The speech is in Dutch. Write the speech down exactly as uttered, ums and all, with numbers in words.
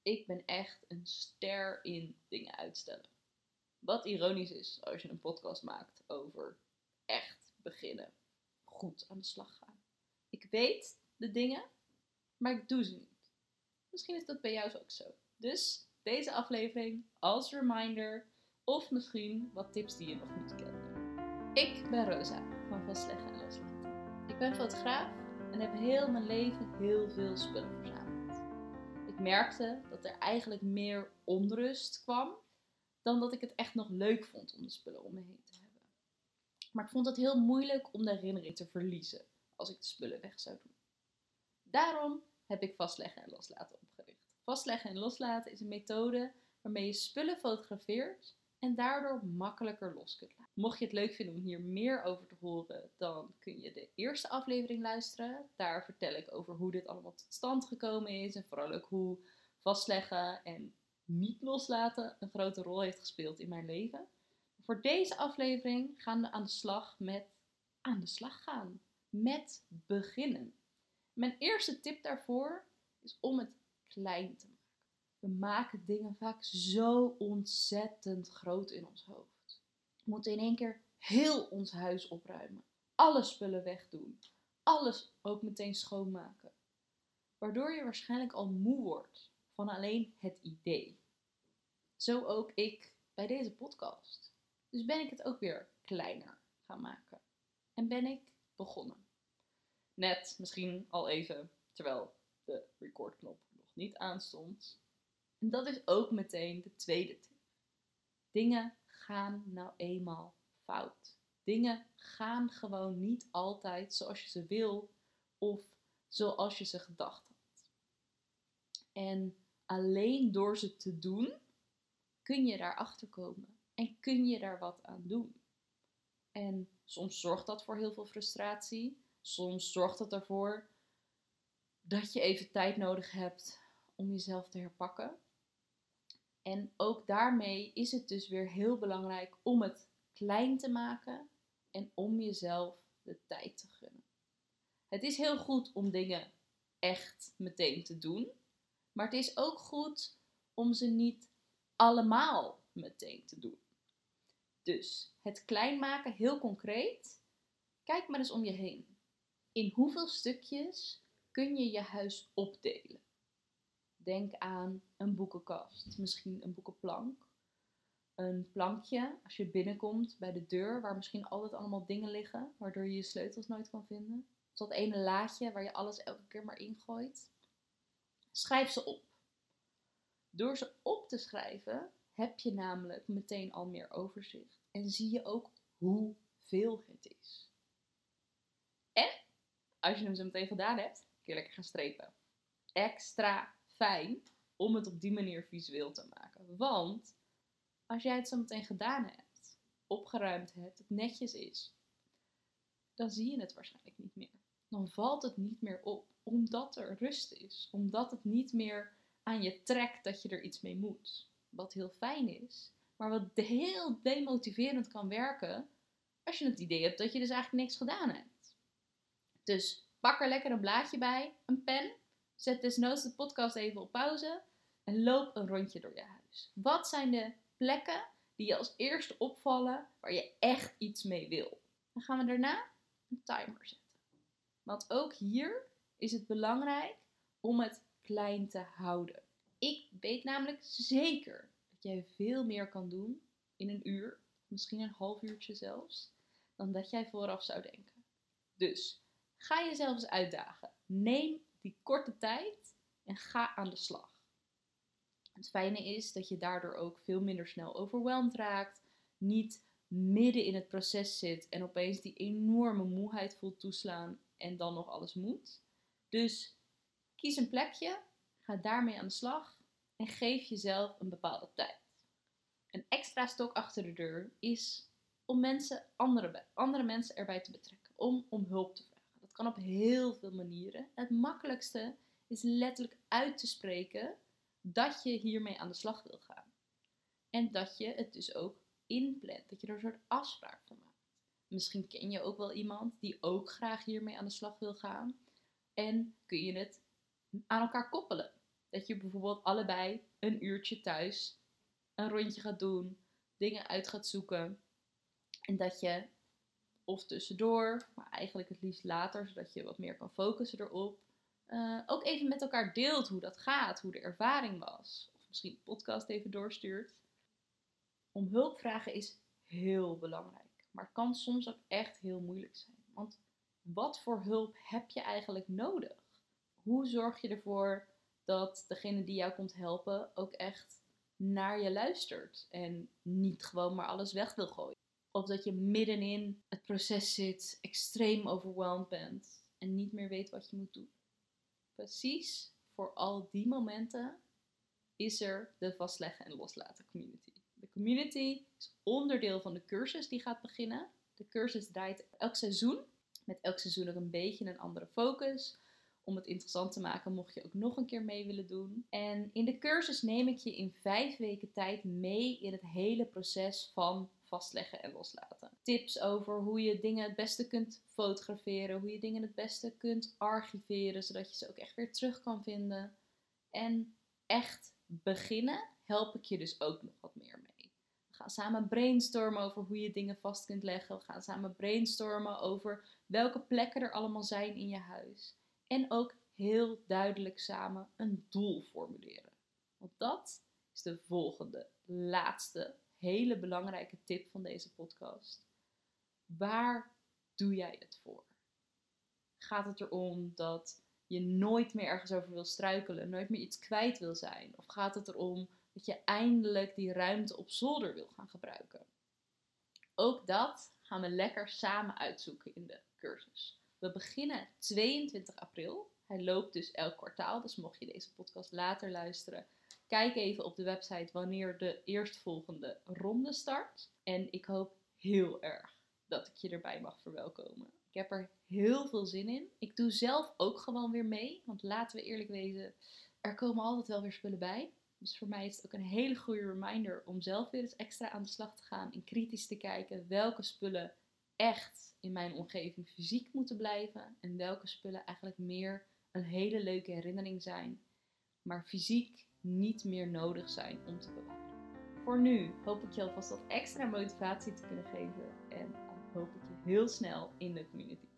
Ik ben echt een ster in dingen uitstellen. Wat ironisch is als je een podcast maakt over echt beginnen. Goed aan de slag gaan. Ik weet de dingen, maar ik doe ze niet. Misschien is dat bij jou ook zo. Dus deze aflevering als reminder of misschien wat tips die je nog niet kent. Ik ben Rosa van Vastleggen en Loslaten. Ik ben fotograaf en heb heel mijn leven heel veel spullen verzameld. Ik merkte dat er eigenlijk meer onrust kwam dan dat ik het echt nog leuk vond om de spullen om me heen te hebben. Maar ik vond het heel moeilijk om de herinnering te verliezen als ik de spullen weg zou doen. Daarom heb ik Vastleggen en Loslaten opgericht. Vastleggen en loslaten is een methode waarmee je spullen fotografeert en daardoor makkelijker los kunt laten. Mocht je het leuk vinden om hier meer over te horen, dan kun je de eerste aflevering luisteren. Daar vertel ik over hoe dit allemaal tot stand gekomen is en vooral ook hoe vastleggen en niet loslaten een grote rol heeft gespeeld in mijn leven. Voor deze aflevering gaan we aan de slag met aan de slag gaan. Met beginnen. Mijn eerste tip daarvoor is om het klein te maken. We maken dingen vaak zo ontzettend groot in ons hoofd. We moeten in één keer heel ons huis opruimen. Alle spullen wegdoen. Alles ook meteen schoonmaken. Waardoor je waarschijnlijk al moe wordt van alleen het idee. Zo ook ik bij deze podcast. Dus ben ik het ook weer kleiner gaan maken. En ben ik begonnen. Net misschien al even terwijl de recordknop nog niet aanstond. En dat is ook meteen de tweede tip. Dingen gaan nou eenmaal fout. Dingen gaan gewoon niet altijd zoals je ze wil of zoals je ze gedacht had. En alleen door ze te doen kun je daarachter komen en kun je daar wat aan doen. En soms zorgt dat voor heel veel frustratie. Soms zorgt dat ervoor dat je even tijd nodig hebt om jezelf te herpakken. En ook daarmee is het dus weer heel belangrijk om het klein te maken en om jezelf de tijd te gunnen. Het is heel goed om dingen echt meteen te doen, maar het is ook goed om ze niet allemaal meteen te doen. Dus het klein maken, heel concreet, kijk maar eens om je heen. In hoeveel stukjes kun je je huis opdelen? Denk aan een boekenkast, misschien een boekenplank. Een plankje als je binnenkomt bij de deur waar misschien altijd allemaal dingen liggen, waardoor je je sleutels nooit kan vinden. Of dat ene laadje waar je alles elke keer maar ingooit. Schrijf ze op. Door ze op te schrijven heb je namelijk meteen al meer overzicht. En zie je ook hoeveel het is. En als je hem zo meteen gedaan hebt, kun je lekker gaan strepen. Extra fijn om het op die manier visueel te maken. Want als jij het zo meteen gedaan hebt, opgeruimd hebt, het netjes is, dan zie je het waarschijnlijk niet meer. Dan valt het niet meer op, omdat er rust is. Omdat het niet meer aan je trekt dat je er iets mee moet. Wat heel fijn is, maar wat heel demotiverend kan werken als je het idee hebt dat je dus eigenlijk niks gedaan hebt. Dus pak er lekker een blaadje bij, een pen. Zet desnoods de podcast even op pauze en loop een rondje door je huis. Wat zijn de plekken die je als eerste opvallen waar je echt iets mee wil? Dan gaan we daarna een timer zetten. Want ook hier is het belangrijk om het klein te houden. Ik weet namelijk zeker dat jij veel meer kan doen in een uur, misschien een half uurtje zelfs, dan dat jij vooraf zou denken. Dus ga jezelf eens uitdagen. Neem die korte tijd en ga aan de slag. Het fijne is dat je daardoor ook veel minder snel overweldigd raakt. Niet midden in het proces zit en opeens die enorme moeheid voelt toeslaan en dan nog alles moet. Dus kies een plekje, ga daarmee aan de slag en geef jezelf een bepaalde tijd. Een extra stok achter de deur is om mensen, andere, andere mensen erbij te betrekken. Om om hulp te vragen. Dat kan op heel veel manieren. Het makkelijkste is letterlijk uit te spreken dat je hiermee aan de slag wil gaan. En dat je het dus ook inplant. Dat je er een soort afspraak van maakt. Misschien ken je ook wel iemand die ook graag hiermee aan de slag wil gaan. En kun je het aan elkaar koppelen. Dat je bijvoorbeeld allebei een uurtje thuis een rondje gaat doen, dingen uit gaat zoeken. En dat je of tussendoor, maar eigenlijk het liefst later, zodat je wat meer kan focussen erop. Uh, ook even met elkaar deelt hoe dat gaat, hoe de ervaring was. Of misschien de podcast even doorstuurt. Om hulp vragen is heel belangrijk. Maar het kan soms ook echt heel moeilijk zijn. Want wat voor hulp heb je eigenlijk nodig? Hoe zorg je ervoor dat degene die jou komt helpen ook echt naar je luistert. En niet gewoon maar alles weg wil gooien. Of dat je middenin het proces zit, extreem overweldigd bent en niet meer weet wat je moet doen. Precies voor al die momenten is er de vastleggen en loslaten community. De community is onderdeel van de cursus die gaat beginnen. De cursus draait elk seizoen, met elk seizoen ook een beetje een andere focus. Om het interessant te maken mocht je ook nog een keer mee willen doen. En in de cursus neem ik je in vijf weken tijd mee in het hele proces van vastleggen en loslaten. Tips over hoe je dingen het beste kunt fotograferen, hoe je dingen het beste kunt archiveren, zodat je ze ook echt weer terug kan vinden. En echt beginnen help ik je dus ook nog wat meer mee. We gaan samen brainstormen over hoe je dingen vast kunt leggen. We gaan samen brainstormen over welke plekken er allemaal zijn in je huis. En ook heel duidelijk samen een doel formuleren. Want dat is de volgende, laatste, hele belangrijke tip van deze podcast. Waar doe jij het voor? Gaat het erom dat je nooit meer ergens over wil struikelen, nooit meer iets kwijt wil zijn? Of gaat het erom dat je eindelijk die ruimte op zolder wil gaan gebruiken? Ook dat gaan we lekker samen uitzoeken in de cursus. We beginnen tweeëntwintig april. Hij loopt dus elk kwartaal, dus mocht je deze podcast later luisteren, kijk even op de website wanneer de eerstvolgende ronde start. En ik hoop heel erg dat ik je erbij mag verwelkomen. Ik heb er heel veel zin in. Ik doe zelf ook gewoon weer mee, want laten we eerlijk wezen, er komen altijd wel weer spullen bij. Dus voor mij is het ook een hele goede reminder om zelf weer eens extra aan de slag te gaan en kritisch te kijken welke spullen echt in mijn omgeving fysiek moeten blijven en welke spullen eigenlijk meer een hele leuke herinnering zijn, maar fysiek niet meer nodig zijn om te bewaren. Voor nu hoop ik je alvast wat extra motivatie te kunnen geven en hoop ik je heel snel in de community